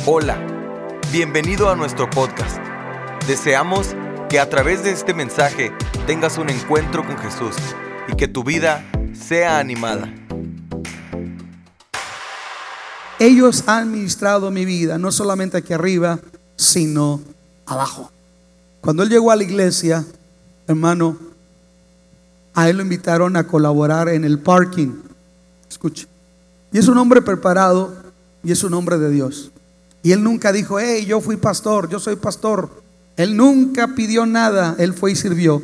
Hola, bienvenido a nuestro podcast. Deseamos que a través de este mensaje tengas un encuentro con Jesús y que tu vida sea animada. Ellos han ministrado mi vida, no solamente aquí arriba, sino abajo. Cuando él llegó a la iglesia, hermano, a él lo invitaron a colaborar en el parking. Escuche. Y es un hombre preparado y es un hombre de Dios. Y él nunca dijo: hey, yo fui pastor, yo soy pastor. Él nunca pidió nada, él fue y sirvió.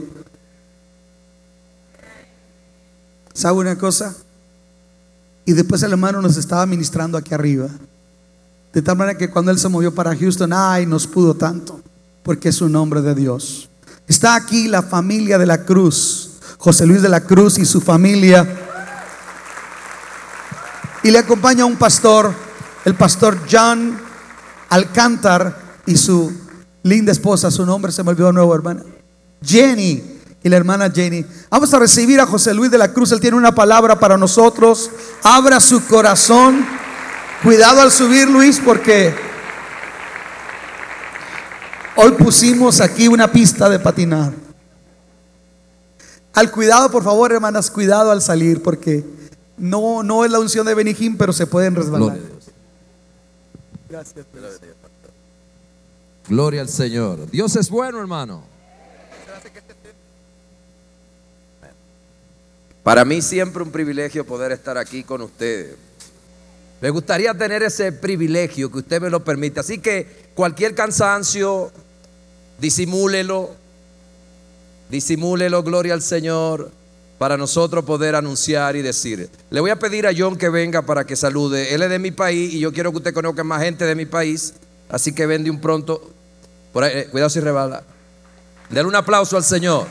¿Sabe una cosa? Y después el hermano nos estaba ministrando aquí arriba, de tal manera que cuando él se movió para Houston, ay, nos pudo tanto, porque es un hombre de Dios. Está aquí la familia de la Cruz, José Luis de la Cruz y su familia. Y le acompaña un pastor, el pastor John Alcántar, y su linda esposa. Su nombre se me olvidó de nuevo, hermana Jenny, y la hermana Jenny. Vamos a recibir a José Luis de la Cruz. Él tiene una palabra para nosotros. Abra su corazón. Cuidado al subir, Luis, porque hoy pusimos aquí una pista de patinar. Al cuidado, por favor, hermanas, cuidado al salir, porque no es la unción de Benijín, pero se pueden resbalar. Gracias. Gloria al Señor. Dios es bueno, hermano. Para mí siempre un privilegio poder estar aquí con ustedes. Me gustaría tener ese privilegio, que usted me lo permite. Así que cualquier cansancio, disimúlelo, gloria al Señor, para nosotros poder anunciar y decir. Le voy a pedir a John que venga para que salude. Él es de mi país y yo quiero que usted conozca más gente de mi país. Así que ven de un pronto. Por ahí, cuidado si rebala. Denle un aplauso al Señor.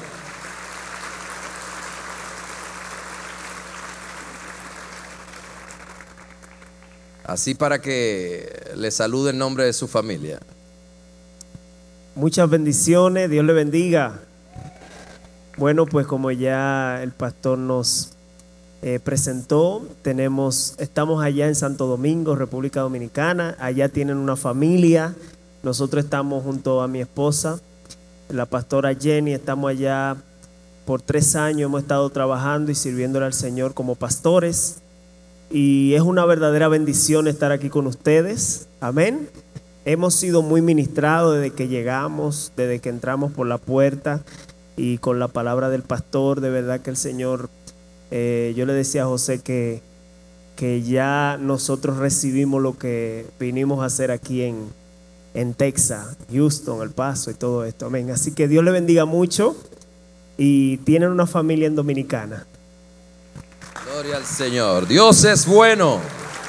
Así para que le salude en nombre de su familia. Muchas bendiciones, Dios le bendiga. Bueno, pues como ya el pastor nos presentó, estamos allá en Santo Domingo, República Dominicana. Allá tienen una familia. Nosotros estamos junto a mi esposa, la pastora Jenny. Estamos allá por 3 años. Hemos estado trabajando y sirviéndole al Señor como pastores. Y es una verdadera bendición estar aquí con ustedes. Amén. Hemos sido muy ministrados desde que llegamos, desde que entramos por la puerta. Y con la palabra del pastor, de verdad que el Señor, yo le decía a José que ya nosotros recibimos lo que vinimos a hacer aquí en Texas, Houston, El Paso y todo esto. Amén. Así que Dios le bendiga mucho y tienen una familia en Dominicana. Gloria al Señor. Dios es bueno.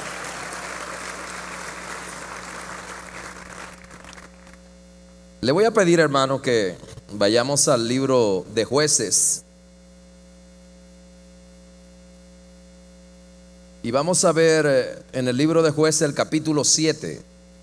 Le voy a pedir, hermano, que vayamos al libro de Jueces. Y vamos a ver en el libro de Jueces el capítulo 7.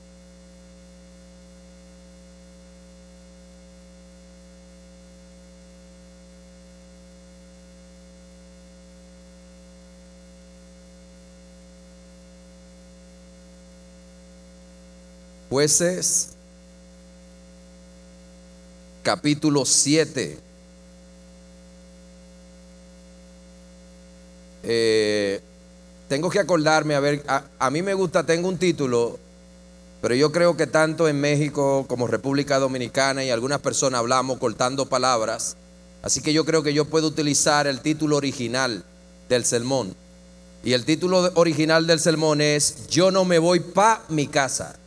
Jueces capítulo 7. Tengo que acordarme, a ver, a mí me gusta, tengo un título, pero yo creo que tanto en México como República Dominicana y algunas personas hablamos cortando palabras, así que yo creo que yo puedo utilizar el título original del sermón. Y el título original del sermón es: Yo no me voy pa' mi casa.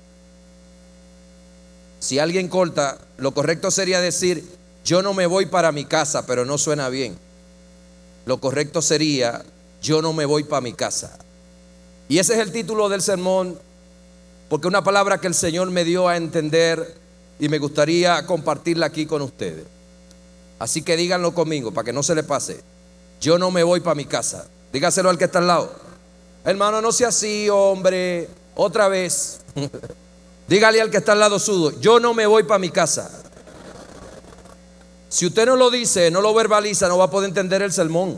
Si alguien corta, lo correcto sería decir: yo no me voy para mi casa, pero no suena bien. Lo correcto sería: yo no me voy para mi casa. Y ese es el título del sermón, porque es una palabra que el Señor me dio a entender y me gustaría compartirla aquí con ustedes. Así que díganlo conmigo para que no se le pase: yo no me voy para mi casa. Dígaselo al que está al lado. Hermano, no sea así, hombre. Otra vez. Dígale al que está al lado suyo: yo no me voy para mi casa. Si usted no lo dice, no lo verbaliza, no va a poder entender el sermón.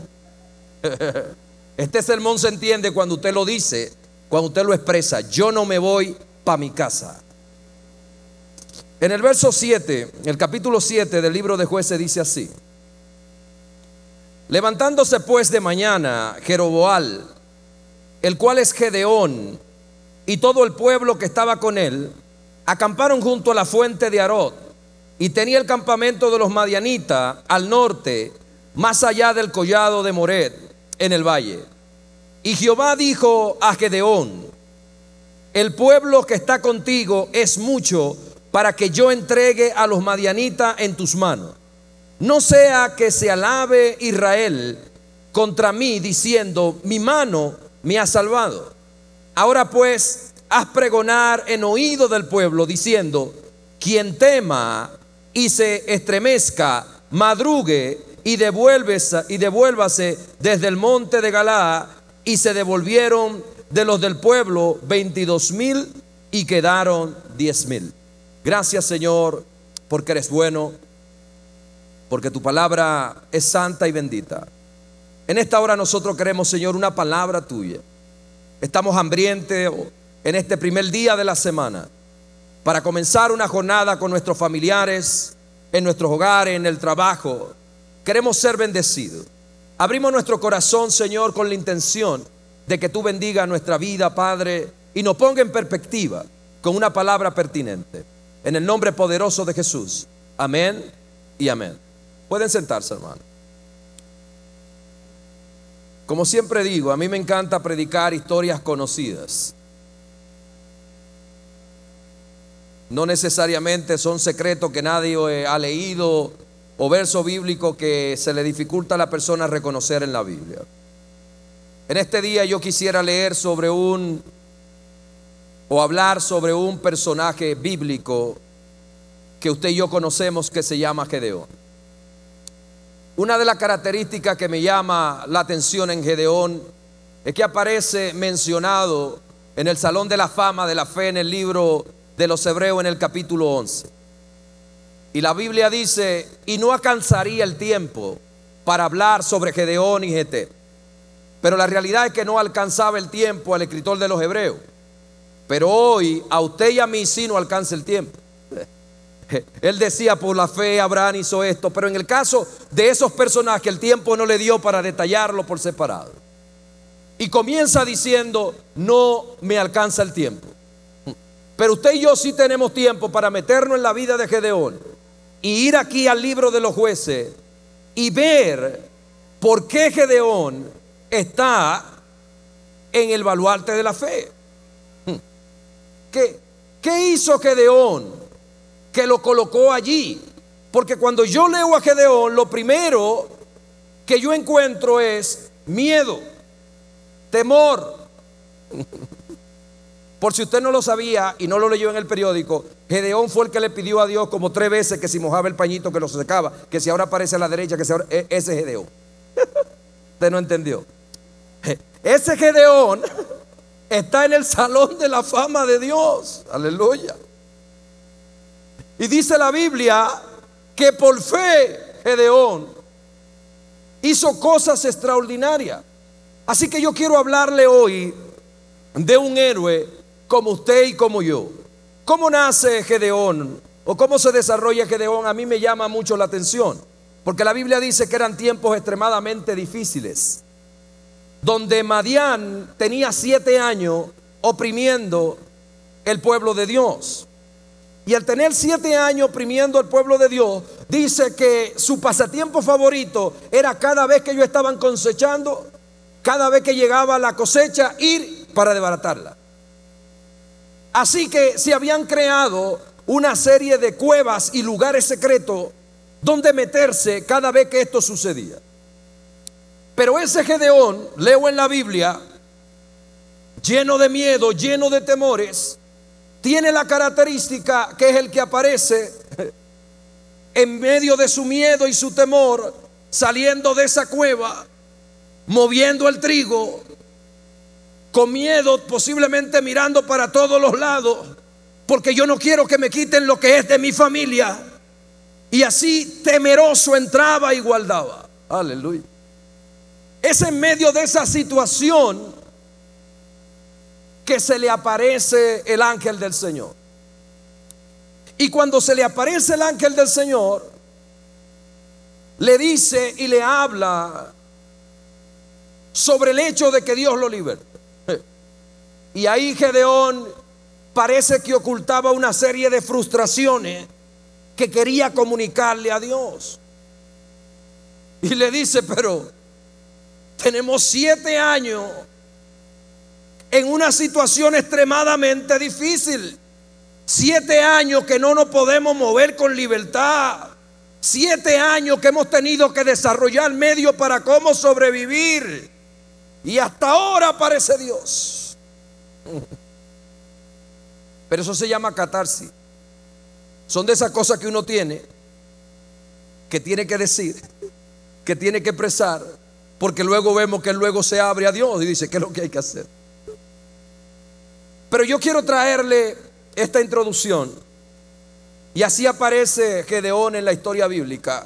Este sermón se entiende cuando usted lo dice, cuando usted lo expresa: yo no me voy para mi casa. En el verso 7, el capítulo 7 del libro de Jueces dice así: levantándose pues de mañana Jeroboam, el cual es Gedeón, y todo el pueblo que estaba con él, acamparon junto a la fuente de Arod, y tenía el campamento de los madianitas al norte, más allá del collado de Mored, en el valle. Y Jehová dijo a Gedeón: el pueblo que está contigo es mucho para que yo entregue a los madianitas en tus manos. No sea que se alabe Israel contra mí diciendo: mi mano me ha salvado. Ahora pues, haz pregonar en oído del pueblo diciendo: quien tema y se estremezca, madrugue y devuélvase desde el monte de Galaad. Y se devolvieron de los del pueblo 22,000 y quedaron 10,000. Gracias, Señor, porque eres bueno, porque tu palabra es santa y bendita. En esta hora nosotros queremos, Señor, una palabra tuya. Estamos hambrientos en este primer día de la semana para comenzar una jornada con nuestros familiares, en nuestros hogares, en el trabajo. Queremos ser bendecidos. Abrimos nuestro corazón, Señor, con la intención de que tú bendigas nuestra vida, Padre, y nos ponga en perspectiva con una palabra pertinente. En el nombre poderoso de Jesús. Amén y amén. Pueden sentarse, hermano. Como siempre digo, a mí me encanta predicar historias conocidas. No necesariamente son secretos que nadie ha leído o verso bíblico que se le dificulta a la persona reconocer en la Biblia. En este día yo quisiera leer hablar sobre un personaje bíblico que usted y yo conocemos, que se llama Gedeón. Una de las características que me llama la atención en Gedeón es que aparece mencionado en el Salón de la Fama de la Fe en el libro de los Hebreos en el capítulo 11. Y la Biblia dice: y no alcanzaría el tiempo para hablar sobre Gedeón y Jefté. Pero la realidad es que no alcanzaba el tiempo al escritor de los Hebreos. Pero hoy a usted y a mí sí no alcanza el tiempo. Él decía: por la fe Abraham hizo esto. Pero en el caso de esos personajes, el tiempo no le dio para detallarlo por separado. Y comienza diciendo: no me alcanza el tiempo. Pero usted y yo sí tenemos tiempo para meternos en la vida de Gedeón y ir aquí al libro de los Jueces y ver por qué Gedeón está en el baluarte de la fe. ¿Qué hizo Gedeón que lo colocó allí? Porque cuando yo leo a Gedeón, lo primero que yo encuentro es miedo, temor. Por si usted no lo sabía y no lo leyó en el periódico, Gedeón fue el que le pidió a Dios como 3 veces que si mojaba el pañito que lo secaba, que si ahora aparece a la derecha, que si ahora, ese es Gedeón. Usted no entendió. Ese Gedeón está en el Salón de la Fama de Dios. Aleluya. Y dice la Biblia que por fe Gedeón hizo cosas extraordinarias. Así que yo quiero hablarle hoy de un héroe como usted y como yo. ¿Cómo nace Gedeón? ¿O cómo se desarrolla Gedeón? A mí me llama mucho la atención, porque la Biblia dice que eran tiempos extremadamente difíciles, donde Madián tenía 7 años oprimiendo el pueblo de Dios. Y al tener 7 años oprimiendo al pueblo de Dios, dice que su pasatiempo favorito era cada vez que ellos estaban cosechando, cada vez que llegaba la cosecha, ir para desbaratarla. Así que se habían creado una serie de cuevas y lugares secretos donde meterse cada vez que esto sucedía. Pero ese Gedeón, leo en la Biblia, lleno de miedo, lleno de temores, tiene la característica que es el que aparece en medio de su miedo y su temor, saliendo de esa cueva, moviendo el trigo, con miedo, posiblemente mirando para todos los lados, porque yo no quiero que me quiten lo que es de mi familia. Y así temeroso entraba y guardaba. Aleluya. Es en medio de esa situación que se le aparece el ángel del Señor. Y cuando se le aparece el ángel del Señor, le dice y le habla sobre el hecho de que Dios lo liberta. Y ahí Gedeón parece que ocultaba una serie de frustraciones que quería comunicarle a Dios. Y le dice: pero tenemos 7 años en una situación extremadamente difícil. 7 años que no nos podemos mover con libertad. 7 años que hemos tenido que desarrollar medios para cómo sobrevivir. Y hasta ahora aparece Dios. Pero eso se llama catarsis. Son de esas cosas que uno tiene que decir, que tiene que expresar, porque luego vemos que él luego se abre a Dios y dice: ¿qué es lo que hay que hacer? Pero yo quiero traerle esta introducción. Y así aparece Gedeón en la historia bíblica.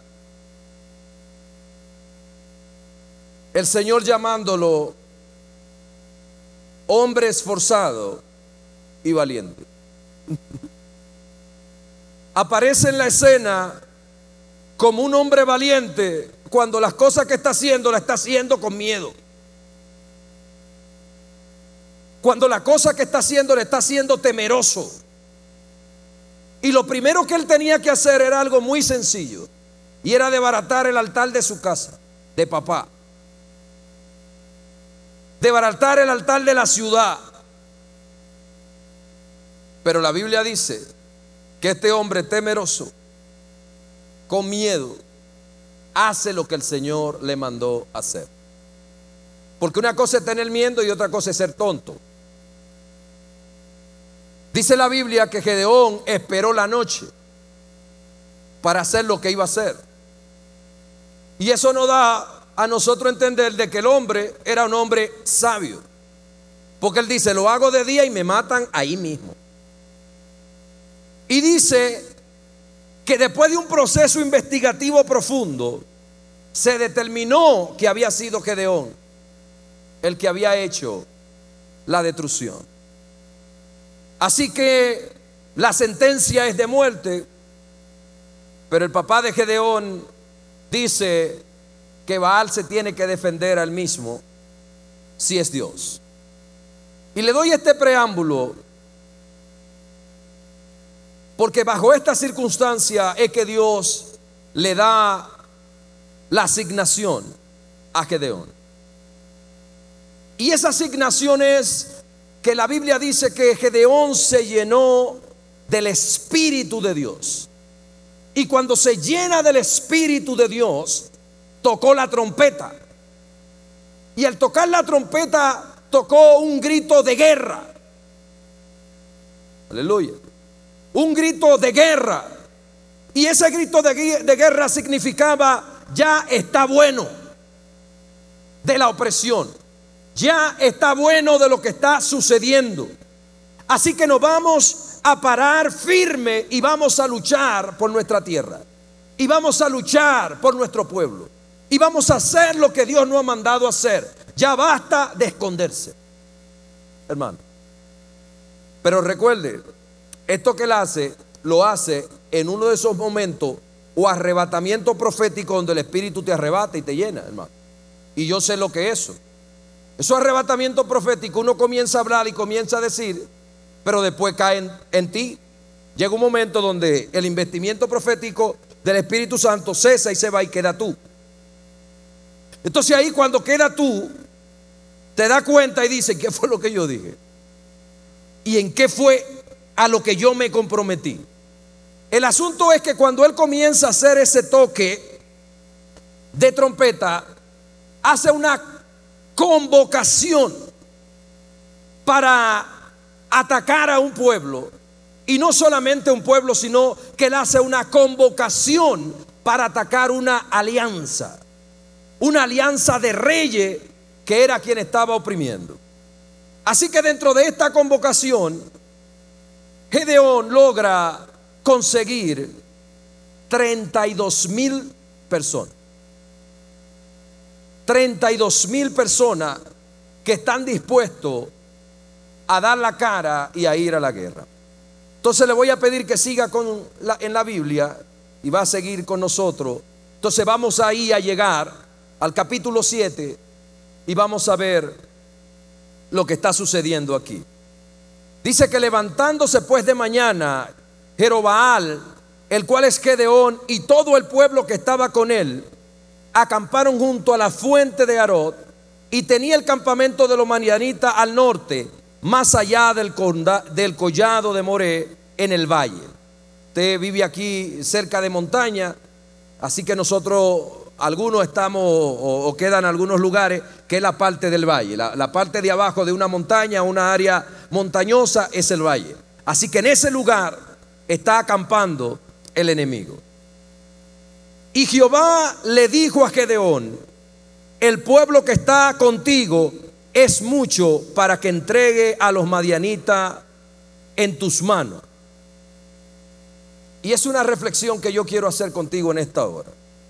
El Señor llamándolo hombre esforzado y valiente. Aparece en la escena como un hombre valiente cuando las cosas que está haciendo las está haciendo con miedo. Cuando la cosa que está haciendo le está haciendo temeroso. Y lo primero que él tenía que hacer era algo muy sencillo, y era desbaratar el altar de su casa, de papá. Desbaratar el altar de la ciudad. Pero la Biblia dice que este hombre temeroso, con miedo, hace lo que el Señor le mandó hacer. Porque una cosa es tener miedo y otra cosa es ser tonto. Dice la Biblia que Gedeón esperó la noche para hacer lo que iba a hacer. Y eso nos da a nosotros entender de que el hombre era un hombre sabio. Porque él dice: lo hago de día y me matan ahí mismo. Y dice que después de un proceso investigativo profundo, se determinó que había sido Gedeón el que había hecho la destrucción. Así que la sentencia es de muerte. Pero el papá de Gedeón dice que Baal se tiene que defender a él mismo si es Dios. Y le doy este preámbulo porque bajo esta circunstancia es que Dios le da la asignación a Gedeón. Y esa asignación es que la Biblia dice que Gedeón se llenó del Espíritu de Dios. Y cuando se llena del Espíritu de Dios, tocó la trompeta. Y al tocar la trompeta, tocó un grito de guerra. Aleluya. Un grito de guerra. Y ese grito de guerra significaba: ya está bueno de la opresión. Ya está bueno de lo que está sucediendo. Así que nos vamos a parar firme y vamos a luchar por nuestra tierra. Y vamos a luchar por nuestro pueblo. Y vamos a hacer lo que Dios nos ha mandado hacer. Ya basta de esconderse, hermano. Pero recuerde, esto que él hace, lo hace en uno de esos momentos o arrebatamiento profético donde el Espíritu te arrebata y te llena, hermano. Y yo sé lo que es eso. Eso arrebatamiento profético, uno comienza a hablar y comienza a decir, pero después cae en ti. Llega un momento donde el investimiento profético del Espíritu Santo cesa y se va y queda tú. Entonces ahí cuando queda tú, te das cuenta y dices: ¿qué fue lo que yo dije? ¿Y en qué fue a lo que yo me comprometí? El asunto es que cuando él comienza a hacer ese toque de trompeta, hace una convocación para atacar a un pueblo. Y no solamente un pueblo, sino que él hace una convocación para atacar una alianza de reyes que era quien estaba oprimiendo. Así que dentro de esta convocación, Gedeón logra conseguir 32,000 personas. 32,000 personas que están dispuestos a dar la cara y a ir a la guerra. Entonces le voy a pedir que siga en la Biblia y va a seguir con nosotros. Entonces vamos ahí a llegar al capítulo 7 y vamos a ver lo que está sucediendo aquí. Dice que levantándose pues de mañana, Jerobaal, el cual es Gedeón, y todo el pueblo que estaba con él, acamparon junto a la fuente de Arod, y tenía el campamento de los madianitas al norte, más allá del collado de Moré, en el valle. Usted vive aquí cerca de montaña, así que nosotros, algunos estamos o quedan algunos lugares que es la parte del valle. La parte de abajo de una montaña, una área montañosa, es el valle. Así que en ese lugar está acampando el enemigo. Y Jehová le dijo a Gedeón: el pueblo que está contigo es mucho para que entregue a los madianitas en tus manos. Y es una reflexión que yo quiero hacer contigo en esta hora.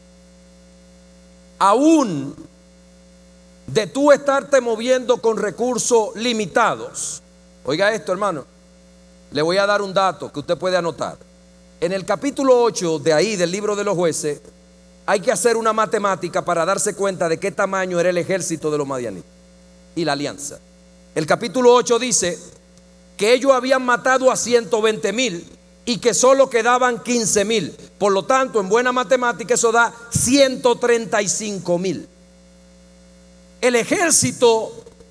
Aún de tú estarte moviendo con recursos limitados. Oiga esto, hermano. Le voy a dar un dato que usted puede anotar. En el capítulo 8 de ahí del libro de los Jueces, hay que hacer una matemática para darse cuenta de qué tamaño era el ejército de los madianitas y la alianza. El capítulo 8 dice que ellos habían matado a 120,000 y que solo quedaban 15,000. Por lo tanto, en buena matemática eso da 135,000. El ejército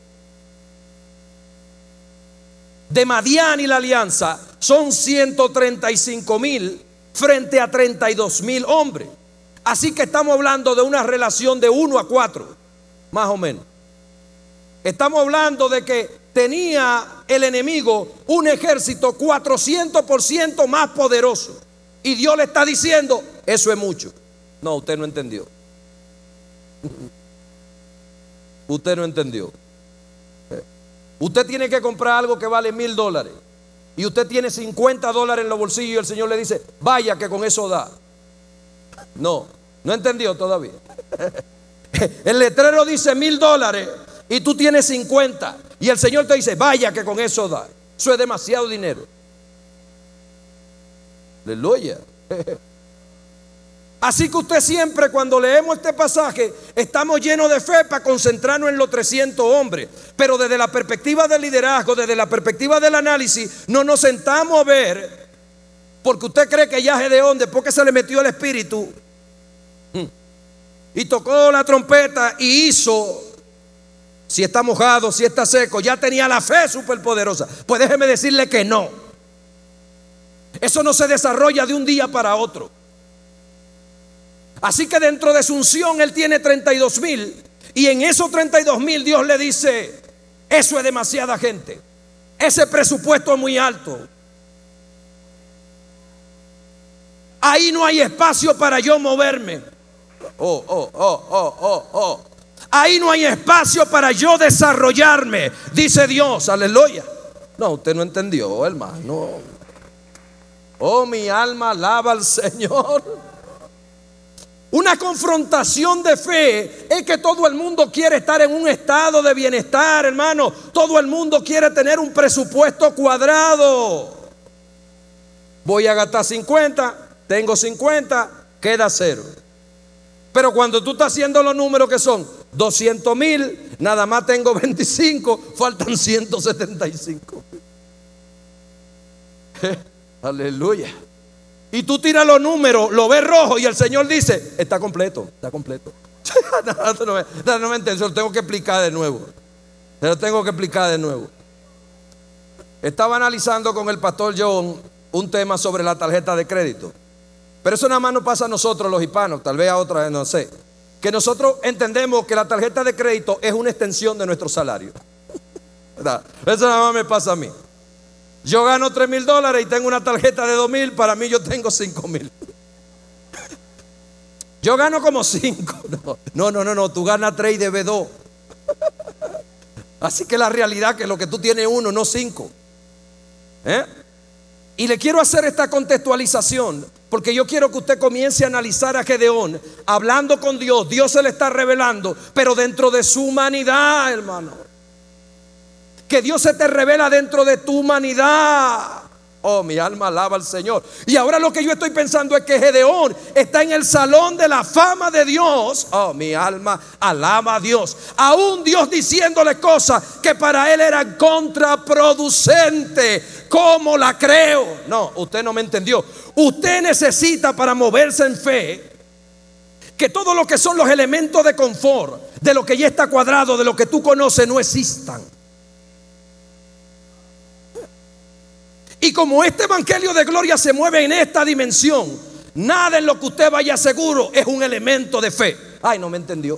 de Madián y la alianza son 135,000 frente a 32,000 hombres. Así que estamos hablando de una relación de 1 a 4, más o menos. Estamos hablando de que tenía el enemigo un ejército 400% más poderoso. Y Dios le está diciendo: eso es mucho. No, usted no entendió. Usted no entendió. Usted tiene que comprar algo que vale $1,000 y usted tiene $50 en los bolsillos y el Señor le dice: vaya que con eso da. No, no entendió todavía. El letrero dice $1,000 y tú tienes 50 y el Señor te dice: vaya que con eso da. Eso es demasiado dinero. Aleluya. Así que usted siempre, cuando leemos este pasaje, estamos llenos de fe para concentrarnos en los 300 hombres. Pero desde la perspectiva del liderazgo, desde la perspectiva del análisis, no nos sentamos a ver, porque usted cree que ya Gedeón, después que se le metió el espíritu y tocó la trompeta y hizo, si está mojado, si está seco, ya tenía la fe superpoderosa. Pues déjeme decirle que no. Eso no se desarrolla de un día para otro. Así que dentro de su unción él tiene 32,000 y en esos 32,000 Dios le dice: eso es demasiada gente, ese presupuesto es muy alto, ahí no hay espacio para yo moverme. Ahí no hay espacio para yo desarrollarme, dice Dios. Aleluya. No, usted no entendió, hermano. Oh, mi alma alaba al Señor. Una confrontación de fe es que todo el mundo quiere estar en un estado de bienestar, hermano. Todo el mundo quiere tener un presupuesto cuadrado. Voy a gastar 50, tengo 50, queda 0. Pero cuando tú estás haciendo los números que son 200,000, nada más tengo 25, faltan 175. Aleluya. Y tú tiras los números, lo ves rojo y el Señor dice: está completo, está completo. No me entiendo, se lo tengo que explicar de nuevo. Estaba analizando con el pastor John un tema sobre la tarjeta de crédito. Pero eso nada más nos pasa a nosotros los hispanos, tal vez a otras, no sé. Que nosotros entendemos que la tarjeta de crédito es una extensión de nuestro salario. Eso nada más me pasa a mí. Yo gano $3,000 y tengo una tarjeta de 2,000, para mí yo tengo 5,000. Yo gano como 5. No, tú ganas 3 y debes 2. Así que la realidad es que lo que tú tienes es 1, no 5. Y le quiero hacer esta contextualización porque yo quiero que usted comience a analizar a Gedeón hablando con Dios. Dios se le está revelando, pero dentro de su humanidad, hermano. Que Dios se te revela dentro de tu humanidad. Oh, mi alma alaba al Señor. Y ahora lo que yo estoy pensando es que Gedeón está en el salón de la fama de Dios. Oh, mi alma alaba a Dios. Aún Dios diciéndole cosas que para él eran contraproducentes. ¿Cómo la creo? No, usted no me entendió. Usted necesita, para moverse en fe, que todo lo que son los elementos de confort, de lo que ya está cuadrado, de lo que tú conoces, no existan. Y como este evangelio de gloria se mueve en esta dimensión, nada en lo que usted vaya seguro es un elemento de fe. Ay, no me entendió.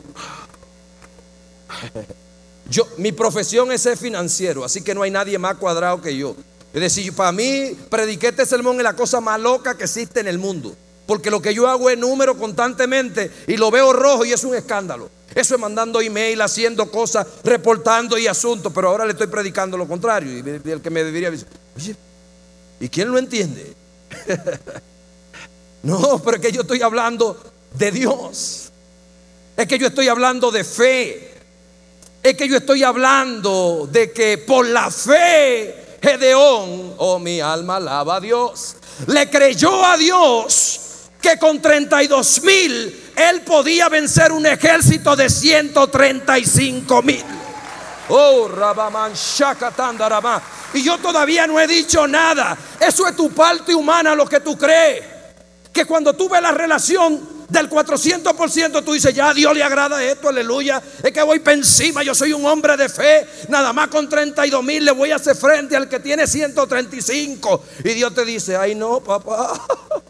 Mi profesión es ser financiero, así que no hay nadie más cuadrado que yo. Es decir, para mí, prediqué este sermón es la cosa más loca que existe en el mundo. Porque lo que yo hago es número constantemente y lo veo rojo y es un escándalo. Eso es mandando email, haciendo cosas, reportando y asuntos. Pero ahora le estoy predicando lo contrario. Y el que me debería decir, oye, ¿y quién lo entiende? No, pero es que yo estoy hablando de Dios. Es que yo estoy hablando de fe. Es que yo estoy hablando de que por la fe Gedeón, oh mi alma alaba a Dios, le creyó a Dios que con 32,000 él podía vencer un ejército de 135,000. Oh, Rabaman Shakatandarama. Y yo todavía no he dicho nada. Eso es tu parte humana, lo que tú crees. Que cuando tú ves la relación del 400%, tú dices, ya a Dios le agrada esto, aleluya. Es que voy para encima, yo soy un hombre de fe. Nada más con 32,000 le voy a hacer frente al que tiene 135. Y Dios te dice, ay no, papá.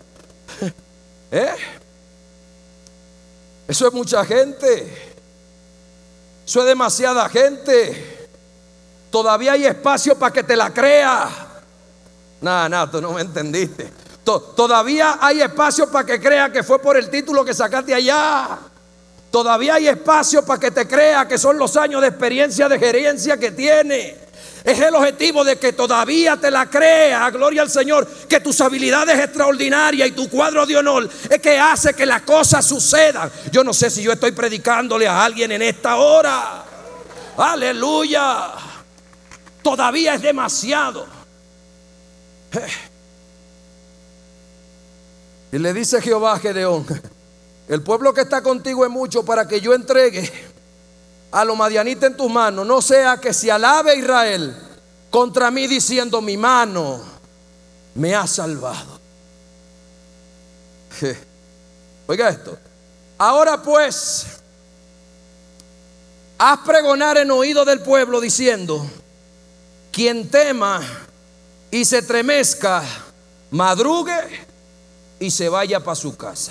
Eso es mucha gente. Eso es demasiada gente. Todavía hay espacio para que te la creas. No, tú no me entendiste. Todavía hay espacio para que creas que fue por el título que sacaste allá. Todavía hay espacio para que te creas que son los años de experiencia, de gerencia que tiene. Es el objetivo de que todavía te la creas, gloria al Señor, que tus habilidades extraordinarias y tu cuadro de honor es que hace que las cosas sucedan. Yo no sé si yo estoy predicándole a alguien en esta hora. Aleluya. Todavía es demasiado. Y le dice Jehová a Gedeón, el pueblo que está contigo es mucho para que yo entregue a los madianitas en tus manos. No sea que se alabe Israel contra mí diciendo, mi mano me ha salvado. Oiga esto. Ahora pues, haz pregonar en oído del pueblo diciendo, quien tema y se tremezca, madrugue y se vaya para su casa.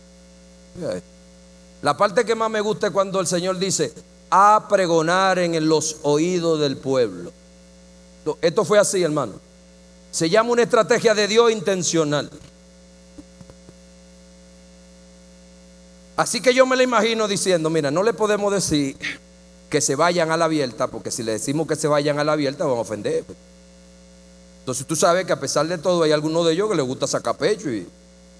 La parte que más me gusta es cuando el Señor dice, a pregonar en los oídos del pueblo. Esto fue así, hermano. Se llama una estrategia de Dios intencional. Así que yo me la imagino diciendo, mira, no le podemos decir que se vayan a la abierta, porque si le decimos que se vayan a la abierta van a ofender. Entonces tú sabes que a pesar de todo hay algunos de ellos que les gusta sacar pecho y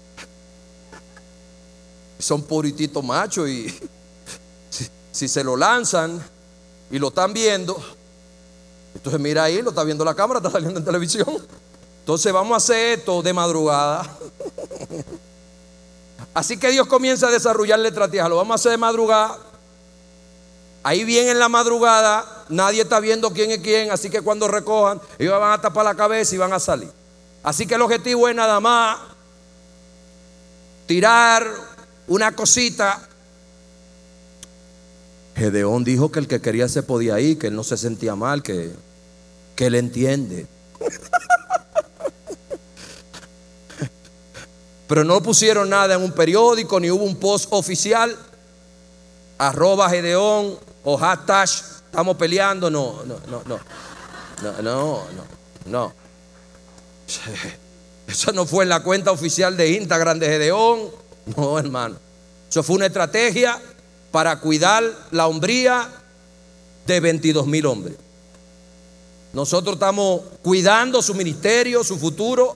son purititos machos y si se lo lanzan y lo están viendo, entonces mira ahí, lo está viendo la cámara, está saliendo en televisión. Entonces vamos a hacer esto de madrugada. Así que Dios comienza a desarrollar la estrategia. Lo vamos a hacer de madrugada. Ahí bien en la madrugada, nadie está viendo quién es quién. Así que cuando recojan, ellos van a tapar la cabeza y van a salir. Así que el objetivo es nada más tirar una cosita. Gedeón dijo que el que quería se podía ir, que él no se sentía mal, que él entiende. Pero no pusieron nada en un periódico, ni hubo un post oficial, @Gedeón o hashtag estamos peleando. No. Eso no fue en la cuenta oficial de Instagram de Gedeón. No, hermano. Eso fue una estrategia para cuidar la hombría de 22,000 hombres. Nosotros estamos cuidando su ministerio, su futuro.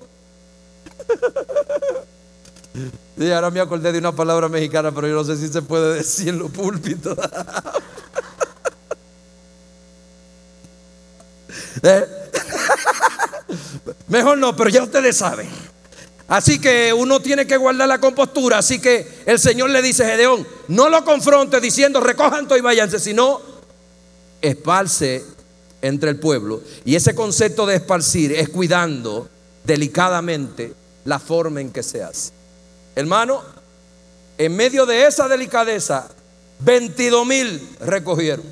Sí, ahora me acordé de una palabra mexicana, pero yo no sé si se puede decir en los púlpitos. Mejor no, pero ya ustedes saben. Así que uno tiene que guardar la compostura. Así que el Señor le dice a Gedeón: no lo confronte diciendo recojan todo y váyanse, sino esparce entre el pueblo. Y ese concepto de esparcir es cuidando delicadamente la forma en que se hace. Hermano, en medio de esa delicadeza, 22,000 recogieron.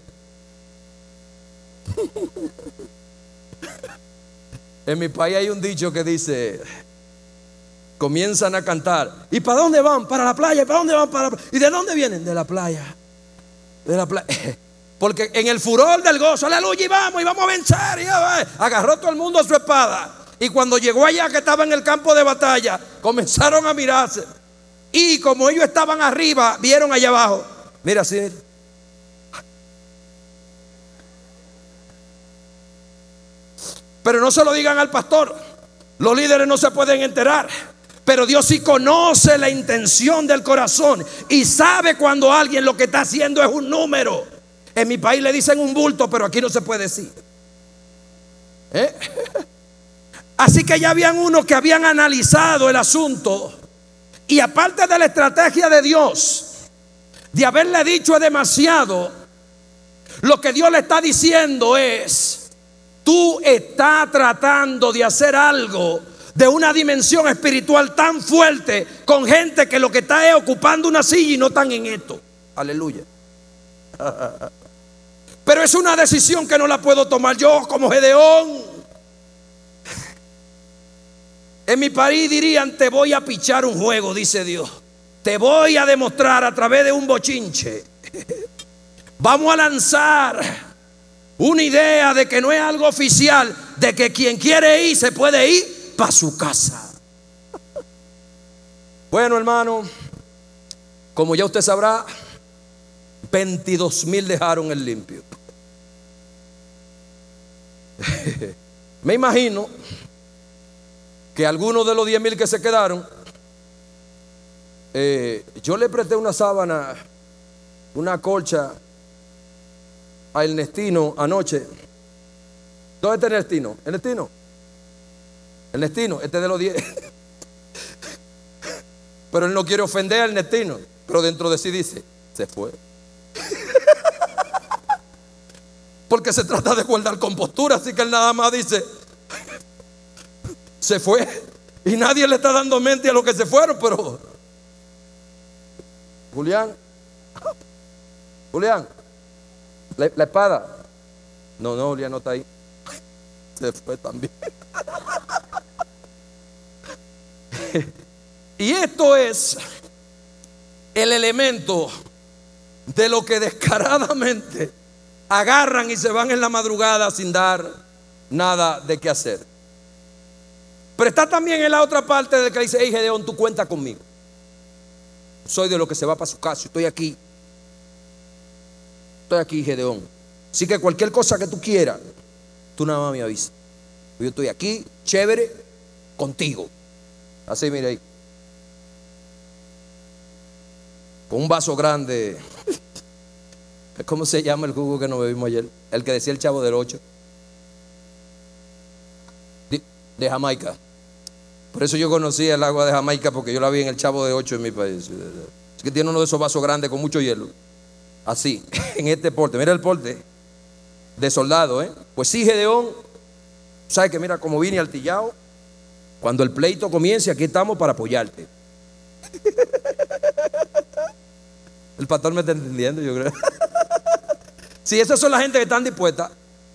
En mi país hay un dicho que dice: comienzan a cantar, ¿y para dónde van? Para la playa. ¿Y para dónde van? Para la playa. ¿Y de dónde vienen? De la playa. De la playa. Porque en el furor del gozo, aleluya, y vamos a vencer. Y agarró todo el mundo a su espada. Y cuando llegó allá, que estaba en el campo de batalla, comenzaron a mirarse. Y como ellos estaban arriba, vieron allá abajo. Mira así. Pero no se lo digan al pastor. Los líderes no se pueden enterar. Pero Dios sí conoce la intención del corazón y sabe cuando alguien lo que está haciendo es un número. En mi país le dicen un bulto, pero aquí no se puede decir. Así que ya habían unos que habían analizado el asunto. Y aparte de la estrategia de Dios, de haberle dicho demasiado, lo que Dios le está diciendo es: tú estás tratando de hacer algo de una dimensión espiritual tan fuerte con gente que lo que está es ocupando una silla y no están en esto. Aleluya. Pero es una decisión que no la puedo tomar yo como Gedeón. En mi país dirían: te voy a pichar un juego, dice Dios. Te voy a demostrar a través de un bochinche. Vamos a lanzar una idea de que no es algo oficial, de que quien quiere ir se puede ir para su casa. Bueno, hermano, como ya usted sabrá, 22,000 dejaron el limpio. Me imagino que algunos de los 10,000 que se quedaron, yo le presté una sábana, una colcha a Ernestino anoche. ¿Dónde está Ernestino? Ernestino, este es de los 10. Pero él no quiere ofender a Ernestino, pero dentro de sí dice: se fue. Porque se trata de guardar compostura. Así que él nada más dice: se fue. Y nadie le está dando mente a los que se fueron. Pero Julián, la espada. No, Julián no está ahí. Se fue también. Y esto es el elemento de lo que descaradamente agarran y se van en la madrugada sin dar nada de qué hacer. Pero está también en la otra parte del que dice: hey Gedeón, tú cuenta conmigo. Soy de los que se va para su casa. Estoy aquí, Gedeón. Así que cualquier cosa que tú quieras, tú nada más me avisas. Yo estoy aquí, chévere, contigo. Así, mire ahí, con un vaso grande. ¿Cómo se llama el jugo que nos bebimos ayer? El que decía el Chavo del 8. De Jamaica. Por eso yo conocí el agua de Jamaica, porque yo la vi en el Chavo de 8 en mi país. Es que tiene uno de esos vasos grandes con mucho hielo. Así, en este porte. Mira el porte de soldado, Pues sí, Gedeón, ¿sabes que mira cómo vine altillado? Cuando el pleito comience, aquí estamos para apoyarte. El pastor me está entendiendo, yo creo. Si esas son la gente que están dispuestas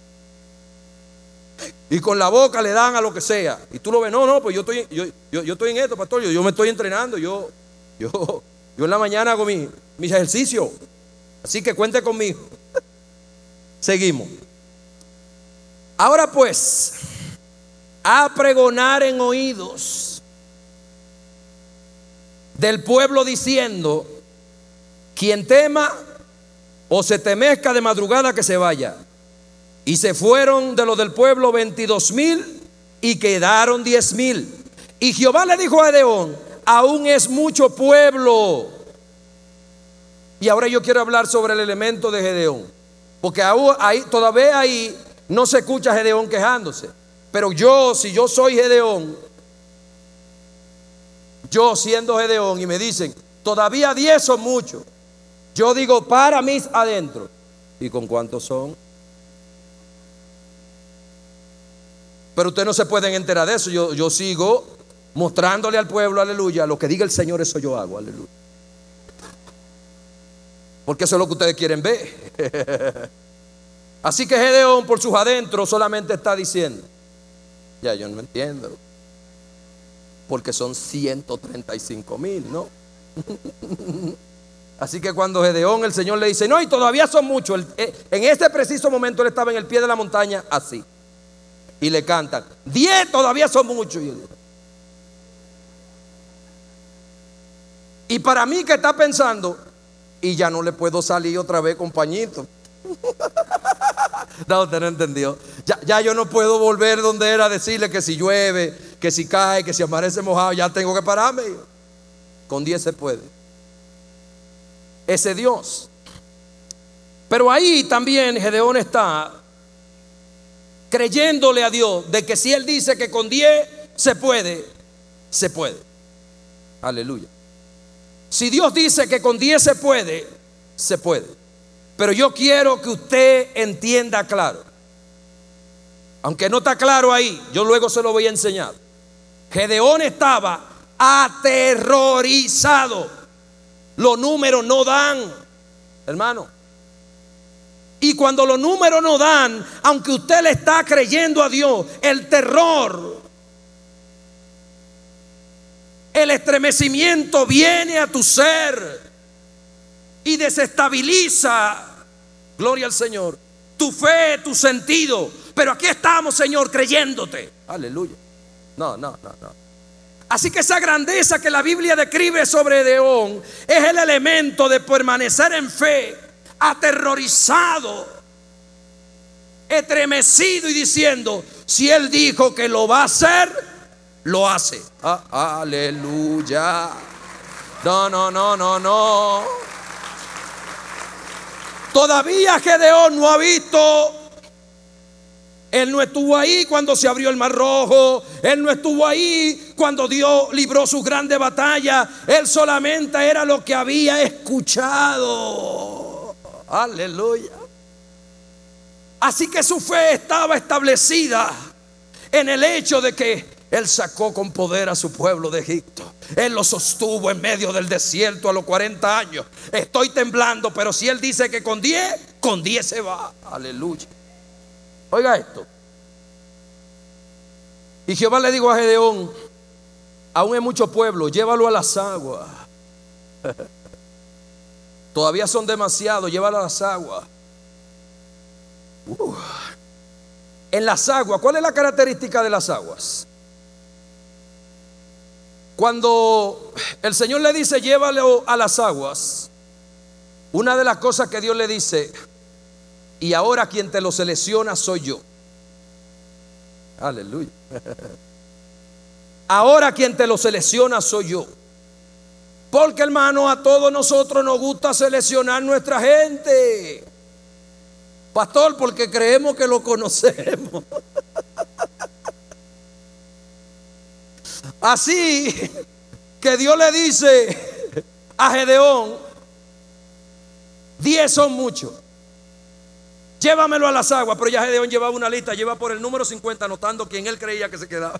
y con la boca le dan a lo que sea, y tú lo ves: no, pues yo estoy en esto, pastor, yo me estoy entrenando, yo en la mañana hago mis ejercicios, así que cuente conmigo. Seguimos. Ahora pues, a pregonar en oídos del pueblo diciendo: quien tema o se temezca de madrugada, que se vaya. Y se fueron de los del pueblo 22,000 y quedaron 10,000. Y Jehová le dijo a Gedeón: aún es mucho pueblo. Y ahora yo quiero hablar sobre el elemento de Gedeón, porque todavía ahí no se escucha a Gedeón quejándose. Pero si yo soy Gedeón, yo siendo Gedeón y me dicen, todavía 10 son muchos, yo digo, para mis adentro. ¿Y con cuántos son? Pero ustedes no se pueden enterar de eso. Yo sigo mostrándole al pueblo, aleluya, lo que diga el Señor, eso yo hago, aleluya. Porque eso es lo que ustedes quieren ver. Así que Gedeón por sus adentros solamente está diciendo, ya yo no entiendo, porque son 135,000, ¿no? Así que cuando Gedeón, el Señor le dice, no, y todavía son muchos, en este preciso momento él estaba en el pie de la montaña así, y le cantan, 10 todavía son muchos. Y para mí que está pensando, y ya no le puedo salir otra vez, compañito. No, usted no entendió. Ya yo no puedo volver donde era, decirle que si llueve, que si cae, que si amanece mojado, ya tengo que pararme. Con 10 se puede. Ese Dios. Pero ahí también Gedeón está creyéndole a Dios de que si él dice que con 10 se puede, se puede. Aleluya. Si Dios dice que con 10 se puede, se puede. Pero yo quiero que usted entienda claro, aunque no está claro ahí, yo luego se lo voy a enseñar. Gedeón estaba aterrorizado. Los números no dan, hermano. Y cuando los números no dan, aunque usted le está creyendo a Dios, el terror, el estremecimiento viene a tu ser y desestabiliza, gloria al Señor, tu fe, tu sentido. Pero aquí estamos, Señor, creyéndote. Aleluya. No. Así que esa grandeza que la Biblia describe sobre Gedeón es el elemento de permanecer en fe, aterrorizado, estremecido y diciendo, si él dijo que lo va a hacer, lo hace. Aleluya. No. Todavía Gedeón no ha visto. Él no estuvo ahí cuando se abrió el Mar Rojo. Él no estuvo ahí cuando Dios libró sus grandes batallas. Él solamente era lo que había escuchado. Aleluya. Así que su fe estaba establecida en el hecho de que Él sacó con poder a su pueblo de Egipto. Él lo sostuvo en medio del desierto a los 40 años. Estoy temblando, pero si Él dice que con 10 se va. Aleluya. Oiga esto. Y Jehová le dijo a Gedeón, aún hay mucho pueblo, llévalo a las aguas. Todavía son demasiados, llévalo a las aguas. En las aguas, ¿cuál es la característica de las aguas? Cuando el Señor le dice llévalo a las aguas, una de las cosas que Dios le dice, y ahora quien te lo selecciona soy yo. Aleluya. Ahora quien te lo selecciona soy yo. Porque, hermano, a todos nosotros nos gusta seleccionar nuestra gente, pastor, porque creemos que lo conocemos. Así que Dios le dice a Gedeón, 10 son muchos, llévamelo a las aguas. Pero ya Gedeón llevaba una lista, lleva por el número 50 anotando quién él creía que se quedaba.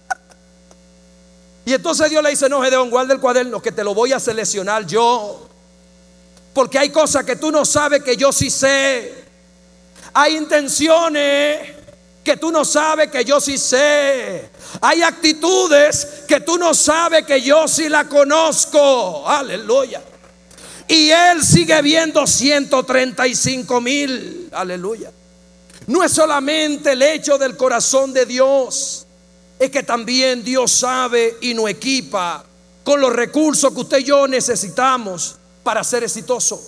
Y entonces Dios le dice, no, Gedeón, guarda el cuaderno que te lo voy a seleccionar yo, porque hay cosas que tú no sabes que yo sí sé. Hay intenciones que tú no sabes que yo sí sé. Hay actitudes que tú no sabes que yo sí la conozco. Aleluya. Y Él sigue viendo 135,000. Aleluya. No es solamente el hecho del corazón de Dios, es que también Dios sabe y nos equipa con los recursos que usted y yo necesitamos para ser exitoso.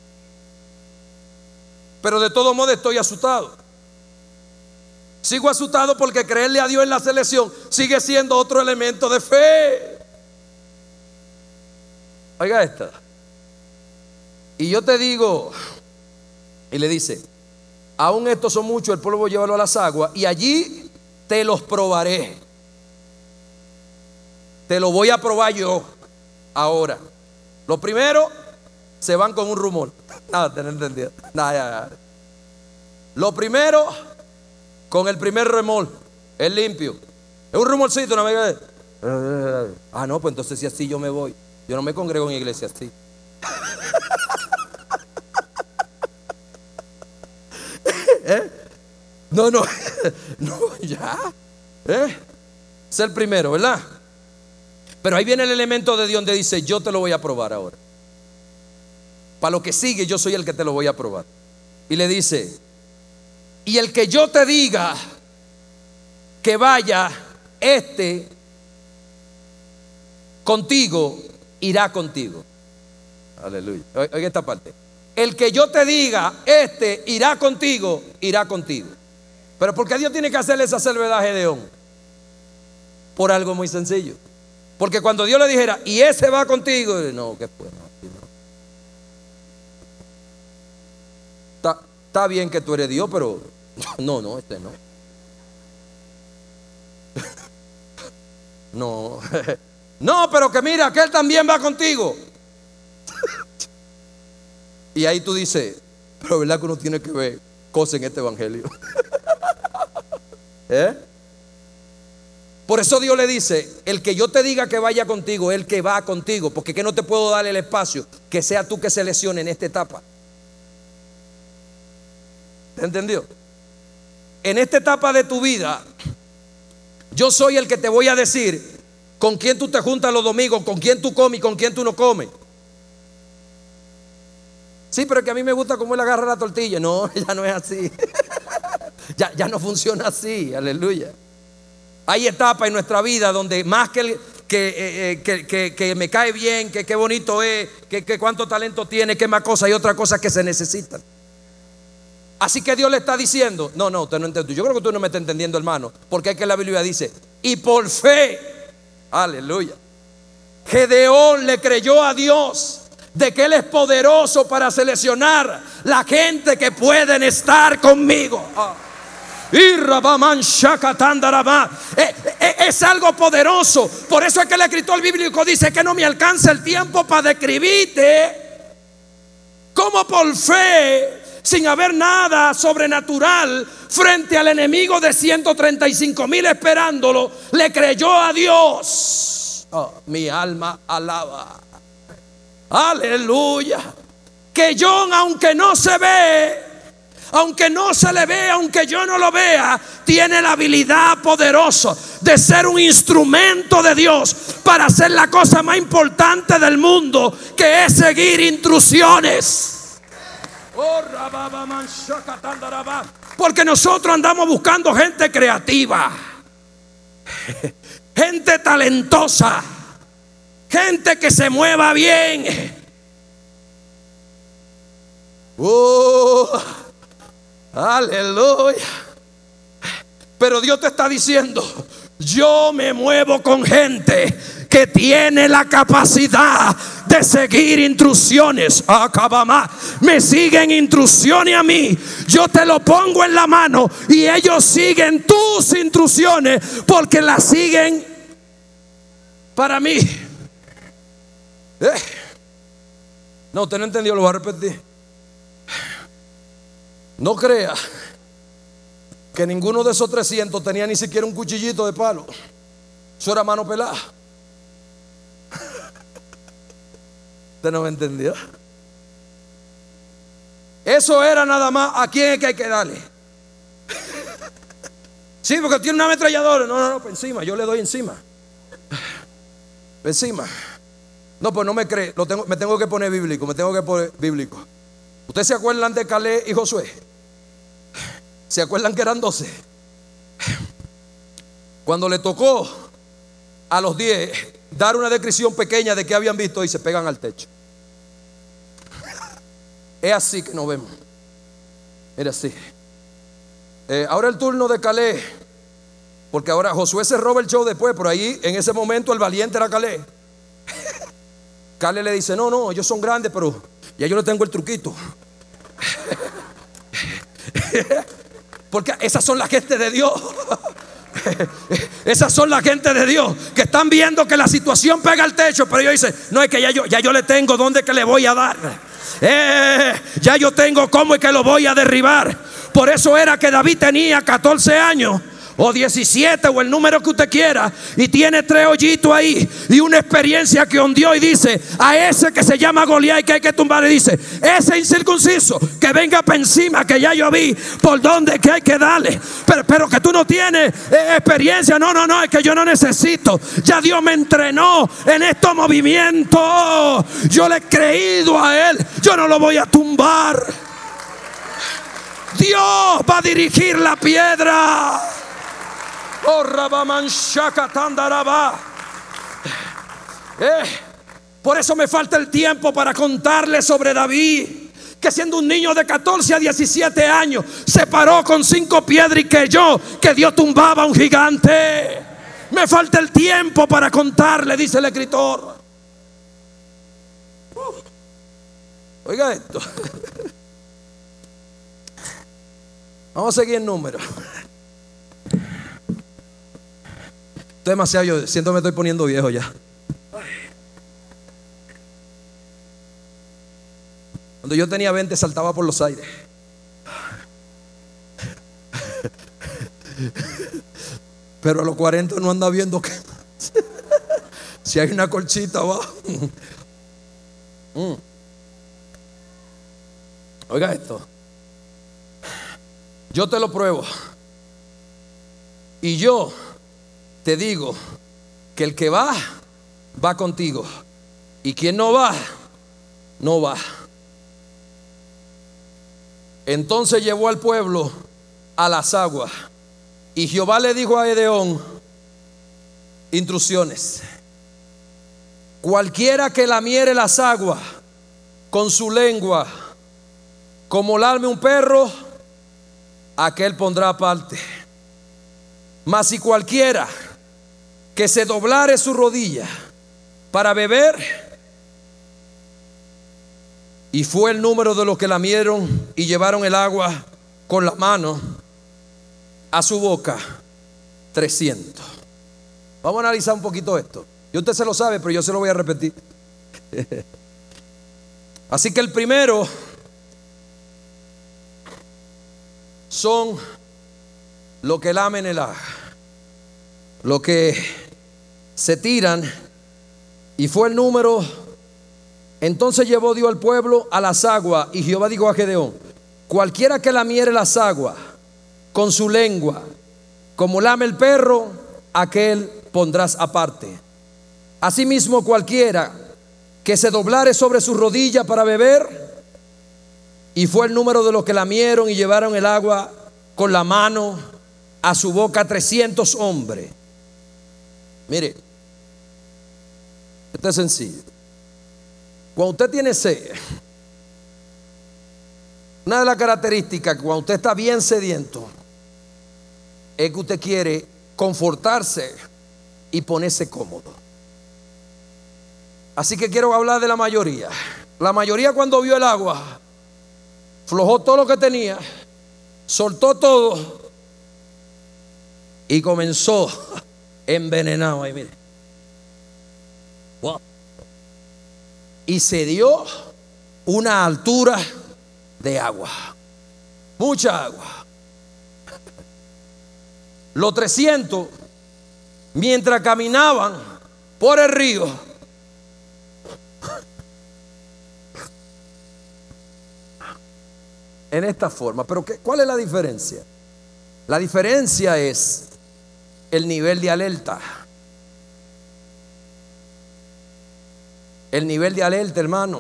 Pero de todo modo estoy asustado. Sigo asustado porque creerle a Dios en la selección sigue siendo otro elemento de fe. Oiga esta. Y yo te digo, y le dice, aún estos son muchos, el polvo llévalo a las aguas, y allí te los probaré. Te lo voy a probar yo ahora. Lo primero, se van con un rumor. Nada, te no entendido. Nada, ya. Lo primero, con el primer remol, es limpio. Es un rumorcito, no me quede. Ah, no, pues entonces si así yo me voy. Yo no me congrego en iglesia así. No, no, no, ya. Es el primero, ¿verdad? Pero ahí viene el elemento de Dios donde dice: yo te lo voy a probar ahora. Para lo que sigue, yo soy el que te lo voy a probar. Y le dice: y el que yo te diga que vaya contigo, irá contigo. Aleluya. Oiga esta parte. El que yo te diga, irá contigo, irá contigo. Pero ¿por qué Dios tiene que hacerle esa salvedad a Gedeón? Por algo muy sencillo. Porque cuando Dios le dijera: y ese va contigo, no, ¿qué fue? No. Está bien que tú eres Dios, pero no, este no. No. No, pero que mira, que él también va contigo. Y ahí tú dices: pero verdad que uno tiene que ver cosas en este evangelio. Por eso Dios le dice: el que yo te diga que vaya contigo, el que va contigo. Porque que no te puedo dar el espacio que sea tú que seleccione en esta etapa. ¿Te entendió? En esta etapa de tu vida, yo soy el que te voy a decir con quién tú te juntas los domingos, con quién tú comes y con quién tú no comes. Sí, pero es que a mí me gusta cómo él agarra la tortilla. No, ya no es así. ya no funciona así. Aleluya. Hay etapas en nuestra vida donde más que me cae bien, que qué bonito es, que cuánto talento tiene, que más cosas, hay otras cosas que se necesitan. Así que Dios le está diciendo: no, usted no entiende. Yo creo que tú no me estás entendiendo, hermano. Porque es que la Biblia dice: y por fe, aleluya, Gedeón le creyó a Dios de que Él es poderoso para seleccionar la gente que pueden estar conmigo. Es algo poderoso. Por eso es que el escritor bíblico dice que no me alcanza el tiempo para describirte cómo por fe, sin haber nada sobrenatural, frente al enemigo de 135,000 esperándolo, le creyó a Dios. Mi alma alaba. Aleluya. Que John, aunque no se ve, aunque no se le ve, aunque yo no lo vea, tiene la habilidad poderosa de ser un instrumento de Dios para hacer la cosa más importante del mundo, que es seguir instrucciones. Porque nosotros andamos buscando gente creativa, gente talentosa, gente que se mueva bien. Aleluya. Pero Dios te está diciendo: yo me muevo con gente que tiene la capacidad de seguir instrucciones. Me siguen instrucciones a mí, yo te lo pongo en la mano y ellos siguen tus instrucciones porque las siguen para mí. No, usted no entendió, lo voy a repetir. No crea que ninguno de esos 300 tenía ni siquiera un cuchillito de palo. Eso era mano pelada. ¿Usted no me entendió? Eso era nada más a quién es que hay que darle. Sí, porque tiene una ametralladora. No, pues encima, yo le doy encima. Encima. No, pues no me cree. Me tengo que poner bíblico. ¿Ustedes se acuerdan de Caleb y Josué? ¿Se acuerdan que eran 12? Cuando le tocó a los 10 dar una descripción pequeña de qué habían visto, y se pegan al techo. Es así que nos vemos. Era así. Ahora el turno de Caleb, porque ahora Josué se roba el show después, pero ahí en ese momento el valiente era Caleb. Caleb le dice: no, ellos son grandes, pero ya yo le tengo el truquito. Porque esas son la gente de Dios. Esas son la gente de Dios que están viendo que la situación pega al techo, pero ellos dicen: no, es que ya yo le tengo dónde que le voy a dar. Ya yo tengo cómo es que lo voy a derribar. Por eso era que David tenía 14 años o 17 o el número que usted quiera, y tiene 3 hoyitos ahí y una experiencia que hundió, y dice a ese que se llama Goliat y que hay que tumbar, y dice: ese incircunciso que venga para encima, que ya yo vi por dónde que hay que darle, pero que tú no tienes experiencia. No, es que yo no necesito, ya Dios me entrenó en estos movimientos, yo le he creído a Él, yo no lo voy a tumbar. Dios va a dirigir la piedra. Por eso me falta el tiempo para contarles sobre David, que siendo un niño de 14 a 17 años se paró con 5 piedras y que Dios tumbaba a un gigante. Me falta el tiempo para contarle, dice el escritor. Oiga esto. Vamos a seguir el número. Estoy demasiado, yo siento que me estoy poniendo viejo ya. Cuando yo tenía 20 saltaba por los aires. Pero a los 40 no anda viendo que si hay una colchita abajo. Oiga esto. Yo te lo pruebo. Y yo te digo que el que va contigo, y quien no va, no va. Entonces llevó al pueblo a las aguas, y Jehová le dijo a Gedeón instrucciones: cualquiera que lamiere las aguas con su lengua, como lame un perro, aquel pondrá aparte. Mas si cualquiera que se doblare su rodilla para beber, y fue el número de los que lamieron y llevaron el agua con la mano a su boca, 300. Vamos a analizar un poquito esto. Y usted se lo sabe, pero yo se lo voy a repetir. Así que el primero son los que lamen el agua, los que se tiran, y fue el número. Entonces llevó Dios al pueblo a las aguas, y Jehová dijo a Gedeón: cualquiera que lamiere las aguas con su lengua, como lame el perro, aquel pondrás aparte. Asimismo, cualquiera que se doblare sobre su rodilla para beber, y fue el número de los que lamieron y llevaron el agua con la mano a su boca, 300 hombres. Mire, esto es sencillo. Cuando usted tiene sed, una de las características que cuando usted está bien sediento es que usted quiere confortarse y ponerse cómodo. Así que quiero hablar de la mayoría. La mayoría, cuando vio el agua, flojó todo lo que tenía, soltó todo y comenzó envenenado. Ahí mire, wow. Y se dio una altura de agua, mucha agua. Los 300, mientras caminaban por el río, en esta forma. Pero ¿cuál es la diferencia? La diferencia es el nivel de alerta. El nivel de alerta, hermano.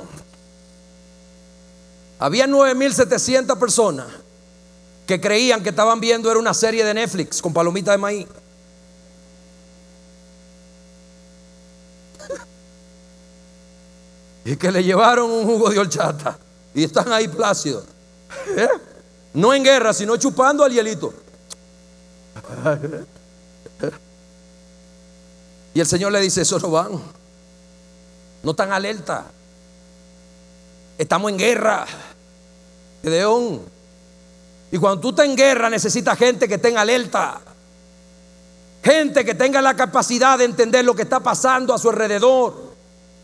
Había 9,700 personas que creían que estaban viendo era una serie de Netflix con palomitas de maíz. Y que le llevaron un jugo de horchata y están ahí plácidos. No en guerra, sino chupando al hielito. Y el Señor le dice: eso no van, no están alerta, estamos en guerra. Gedeón, Y cuando tú estás en guerra, necesitas gente que tenga alerta. Gente que tenga la capacidad de entender lo que está pasando a su alrededor.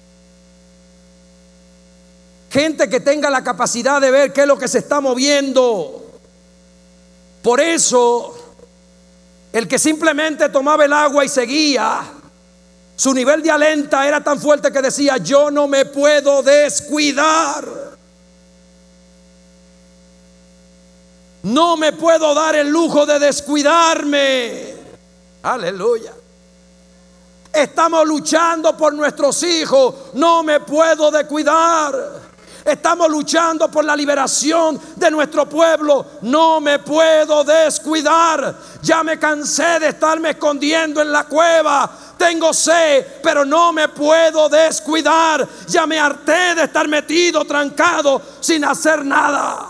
Gente que tenga la capacidad de ver qué es lo que se está moviendo. Por eso, el que simplemente tomaba el agua y seguía, su nivel de alerta era tan fuerte que decía: yo no me puedo descuidar. No me puedo dar el lujo de descuidarme. Aleluya. Estamos luchando por nuestros hijos. No me puedo descuidar. Estamos luchando por la liberación de nuestro pueblo. No me puedo descuidar. Ya me cansé de estarme escondiendo en la cueva. Tengo sed, pero no me puedo descuidar. Ya me harté de estar metido, trancado, sin hacer nada.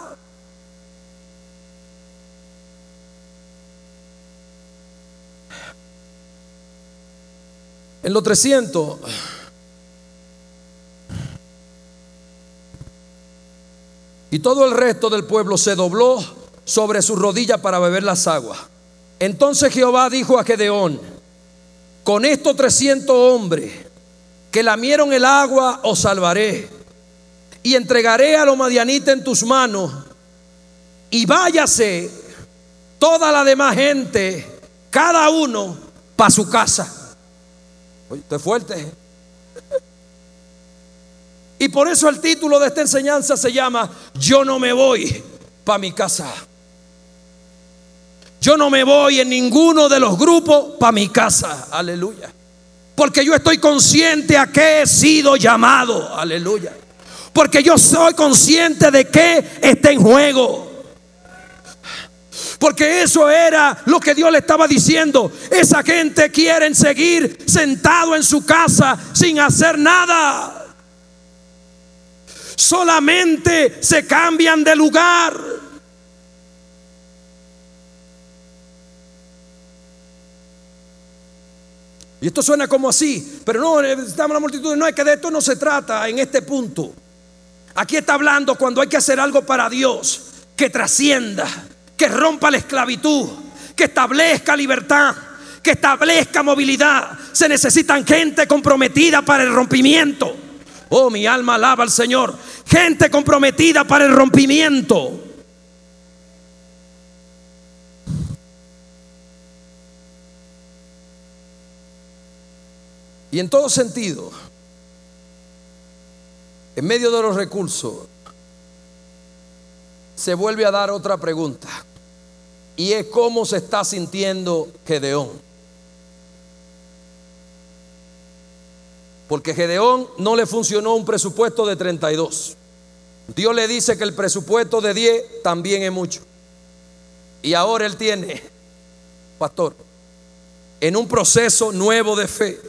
En los 300, y todo el resto del pueblo se dobló sobre sus rodillas para beber las aguas. Entonces Jehová dijo a Gedeón: con estos 300 hombres que lamieron el agua os salvaré, y entregaré a los madianitas en tus manos, y váyase toda la demás gente, cada uno para su casa. Oye, esto es fuerte. Y por eso el título de esta enseñanza se llama: yo no me voy para mi casa. Yo no me voy en ninguno de los grupos para mi casa. Aleluya. Porque yo estoy consciente a qué he sido llamado. Aleluya. Porque yo soy consciente de qué está en juego. Porque eso era lo que Dios le estaba diciendo. Esa gente quiere seguir sentado en su casa sin hacer nada. Solamente se cambian de lugar. Y esto suena como así, pero no, necesitamos la multitud. No, es que de esto no se trata en este punto. Aquí está hablando cuando hay que hacer algo para Dios, que trascienda, que rompa la esclavitud, que establezca libertad, que establezca movilidad. Se necesitan gente comprometida para el rompimiento. Oh, mi alma alaba al Señor. Gente comprometida para el rompimiento. Y en todo sentido, en medio de los recursos, se vuelve a dar otra pregunta, y es: ¿cómo se está sintiendo Gedeón? Porque Gedeón no le funcionó un presupuesto de 32. Dios le dice que el presupuesto de 10 también es mucho. Y ahora él tiene, pastor, en un proceso nuevo de fe.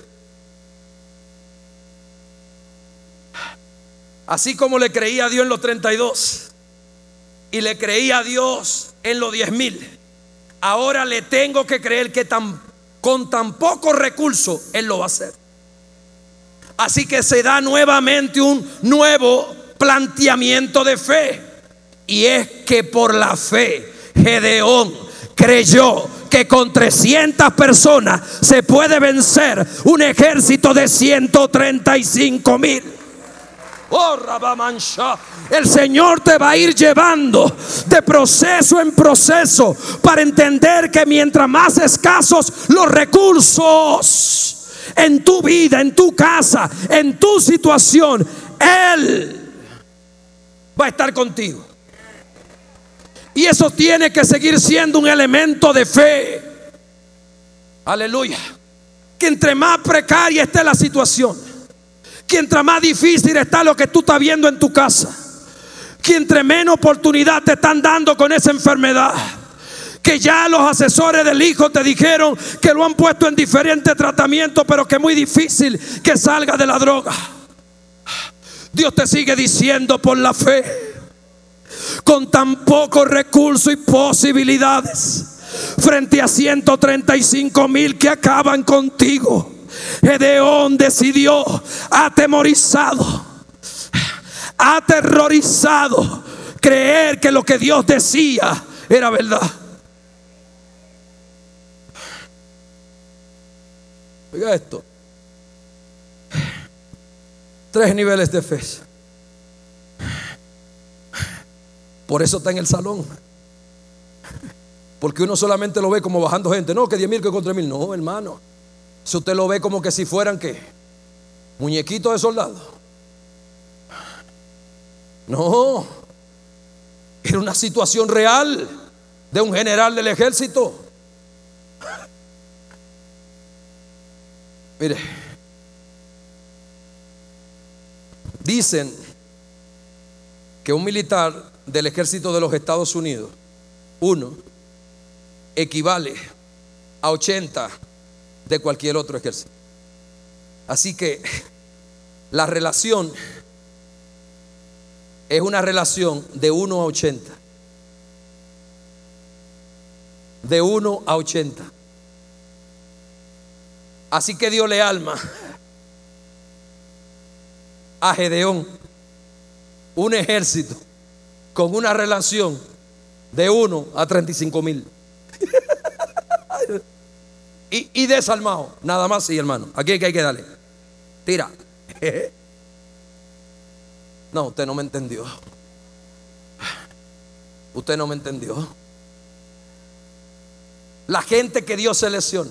Así como le creía a Dios en los 32 y le creía a Dios en los 10,000, ahora le tengo que creer que con tan pocos recursos Él lo va a hacer. Así que se da nuevamente un nuevo planteamiento de fe, y es que por la fe Gedeón creyó que con 300 personas se puede vencer un ejército de 135,000. Oh, Rabamancha. El Señor te va a ir llevando de proceso en proceso para entender que mientras más escasos los recursos en tu vida, en tu casa, en tu situación, Él va a estar contigo. Y eso tiene que seguir siendo un elemento de fe. Aleluya. Que entre más precaria esté la situación, que entre más difícil está lo que tú estás viendo en tu casa, que entre menos oportunidad te están dando con esa enfermedad, que ya los asesores del hijo te dijeron que lo han puesto en diferentes tratamientos, pero que es muy difícil que salga de la droga. Dios te sigue diciendo: por la fe, con tan pocos recursos y posibilidades, frente a 135,000 que acaban contigo, Gedeón decidió, atemorizado, aterrorizado, creer que lo que Dios decía era verdad. Oiga esto. 3 niveles de fe. Por eso está en el salón. Porque uno solamente lo ve como bajando gente. No, que 10,000, que con 3,000. No, hermano. Si usted lo ve como que si fueran, ¿qué? Muñequitos de soldados. No. Era una situación real de un general del ejército. Mire, dicen que un militar del ejército de los Estados Unidos, uno, equivale a 80 de cualquier otro ejército. Así que la relación es una relación de 1 a 80. De 1 a 80. Así que diole alma a Gedeón, un ejército con una relación de 1 a 35,000. y desalmado, nada más. Sí, hermano, aquí hay que darle. Tira. No, usted no me entendió. Usted no me entendió. La gente que Dios selecciona,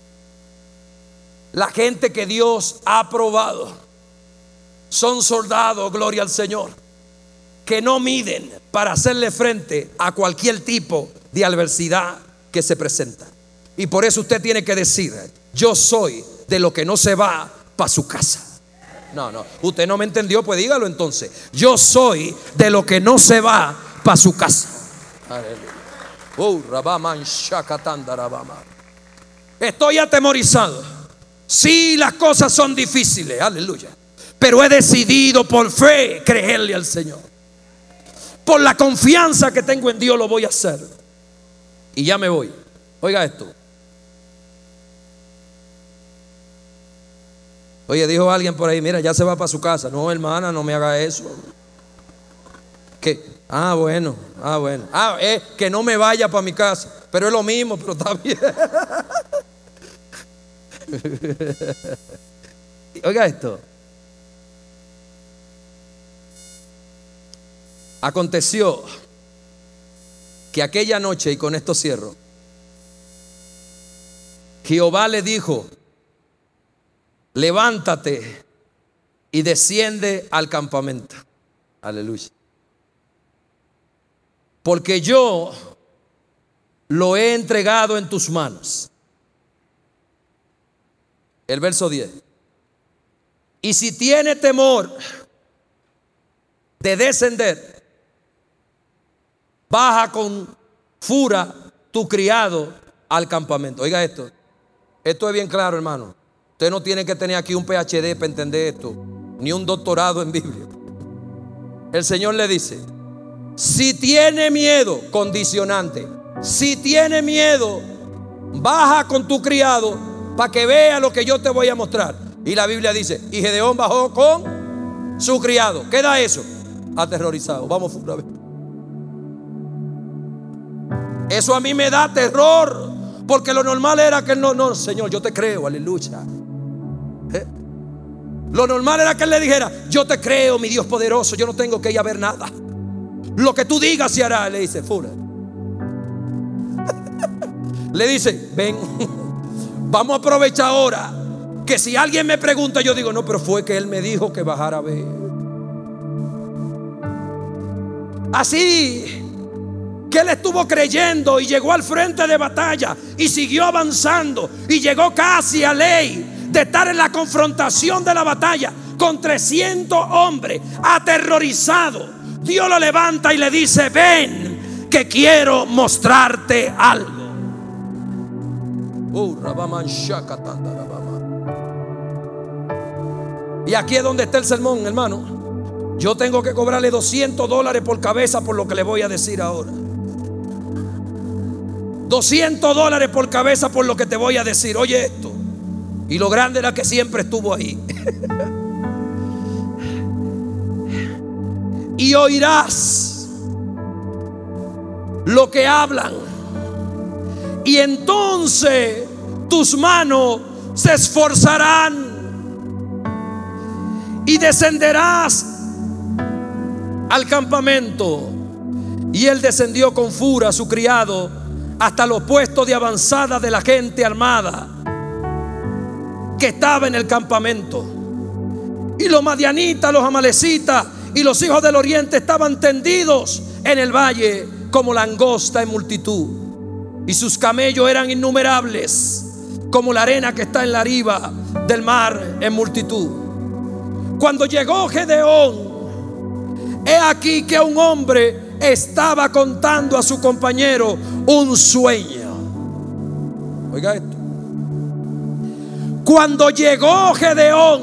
la gente que Dios ha aprobado, son soldados, gloria al Señor, que no miden para hacerle frente a cualquier tipo de adversidad que se presenta. Y por eso usted tiene que decir: yo soy de lo que no se va para su casa. No, usted no me entendió, pues dígalo entonces. Yo soy de lo que no se va para su casa. Estoy atemorizado. Sí, las cosas son difíciles, aleluya, pero he decidido por fe creerle al Señor. Por la confianza que tengo en Dios lo voy a hacer. Y ya me voy. Oiga esto. Oye, dijo alguien por ahí: mira, ya se va para su casa. No, hermana, no me haga eso. ¿Qué? Bueno. Que no me vaya para mi casa. Pero es lo mismo, pero está bien. Oiga esto. Aconteció que aquella noche, y con esto cierro, Jehová le dijo: levántate y desciende al campamento. Aleluya. Porque yo lo he entregado en tus manos. El verso 10. Y si tiene temor de descender, baja con furia tu criado al campamento. Oiga esto. Esto es bien claro, hermano. Usted no tiene que tener aquí un PhD para entender esto, ni un doctorado en Biblia. El Señor le dice: si tiene miedo, condicionante, si tiene miedo, baja con tu criado para que vea lo que yo te voy a mostrar. Y la Biblia dice: y Gedeón bajó con su criado. ¿Qué da eso? Aterrorizado. Vamos una vez. Eso a mí me da terror, porque lo normal era que no, Señor, yo te creo, aleluya. Lo normal era que él le dijera: yo te creo, mi Dios poderoso, yo no tengo que ir a ver nada. Lo que tú digas se hará. Le dice: fura. Le dice: ven, vamos a aprovechar ahora, que si alguien me pregunta, yo digo: no, pero fue que él me dijo que bajara a ver. Así que él estuvo creyendo y llegó al frente de batalla y siguió avanzando y llegó casi a ley de estar en la confrontación de la batalla con 300 hombres aterrorizados. Dios lo levanta y le dice: ven, que quiero mostrarte algo. Y aquí es donde está el sermón, hermano. Yo tengo que cobrarle $200 por cabeza por lo que le voy a decir ahora. $200 por cabeza por lo que te voy a decir. Oye esto. Y lo grande era que siempre estuvo ahí. Y oirás lo que hablan. Y entonces tus manos se esforzarán y descenderás al campamento. Y él descendió con Fura, su criado, hasta los puestos de avanzada de la gente armada que estaba en el campamento. Y los madianitas, los amalecitas y los hijos del oriente estaban tendidos en el valle como langosta en multitud. Y sus camellos eran innumerables, como la arena que está en la riba del mar en multitud. Cuando llegó Gedeón, he aquí que un hombre estaba contando a su compañero un sueño. Oiga esto. Cuando llegó Gedeón,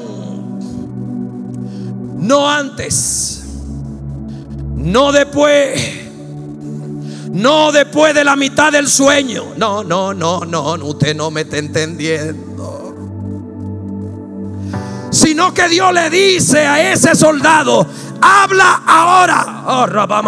no antes, no después de la mitad del sueño. No, usted no me está entendiendo. Sino que Dios le dice a ese soldado: habla ahora,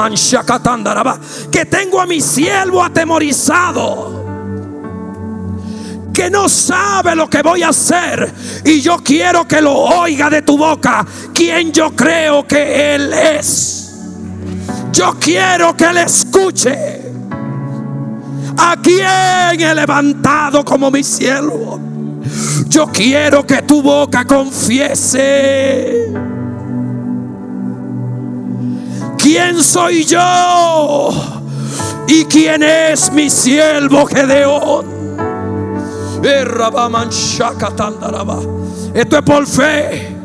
que tengo a mi siervo atemorizado, que no sabe lo que voy a hacer, y yo quiero que lo oiga de tu boca quien yo creo que él es. Yo quiero que él escuche a quien he levantado como mi siervo. Yo quiero que tu boca confiese quién soy yo y quién es mi siervo Gedeón. Esto es por fe.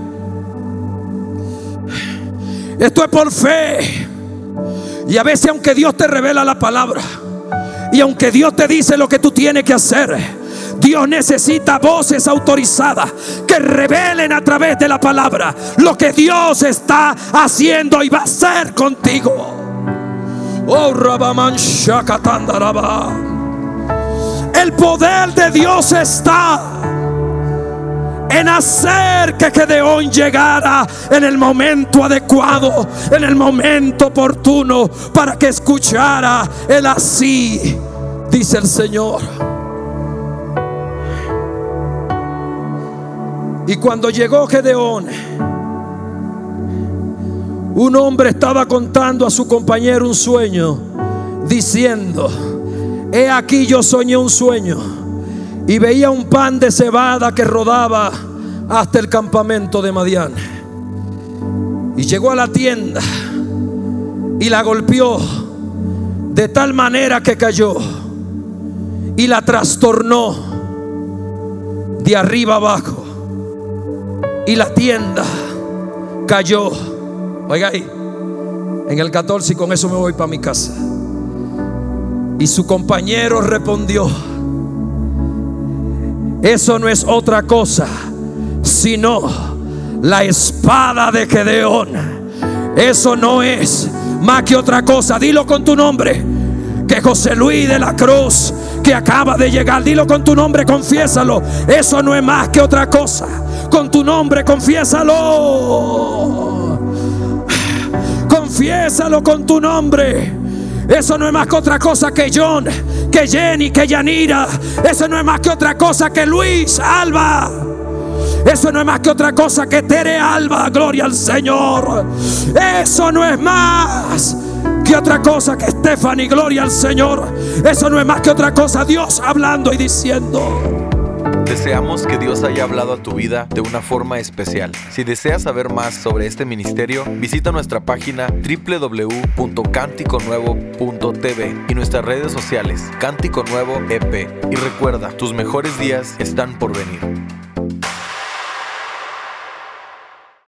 Esto es por fe. Y a veces, aunque Dios te revela la palabra, y aunque Dios te dice lo que tú tienes que hacer, Dios necesita voces autorizadas que revelen a través de la palabra lo que Dios está haciendo y va a hacer contigo. Oh, Rabaman Shakatandaraba. El poder de Dios está en hacer que Gedeón llegara en el momento adecuado, en el momento oportuno, para que escuchara el así dice el Señor. Y cuando llegó Gedeón, un hombre estaba contando a su compañero un sueño, diciendo: he aquí yo soñé un sueño, y veía un pan de cebada que rodaba hasta el campamento de Madián. Y llegó a la tienda y la golpeó de tal manera que cayó, y la trastornó de arriba abajo, y la tienda cayó. Oiga ahí, en el 14, y con eso me voy para mi casa. Y su compañero respondió: eso no es otra cosa sino la espada de Gedeón. Eso no es más que otra cosa. Dilo con tu nombre, que José Luis de la Cruz, que acaba de llegar, dilo con tu nombre, confiésalo. Eso no es más que otra cosa. Con tu nombre, confiésalo. Confiésalo con tu nombre. Eso no es más que otra cosa que John, que Jenny, que Yanira. Eso no es más que otra cosa que Luis Alba. Eso no es más que otra cosa que Tere Alba. Gloria al Señor. Eso no es más que otra cosa que Stephanie. Gloria al Señor. Eso no es más que otra cosa Dios hablando y diciendo. Deseamos que Dios haya hablado a tu vida de una forma especial. Si deseas saber más sobre este ministerio, visita nuestra página www.canticonuevo.tv y nuestras redes sociales Cántico Nuevo EP. Y recuerda, tus mejores días están por venir.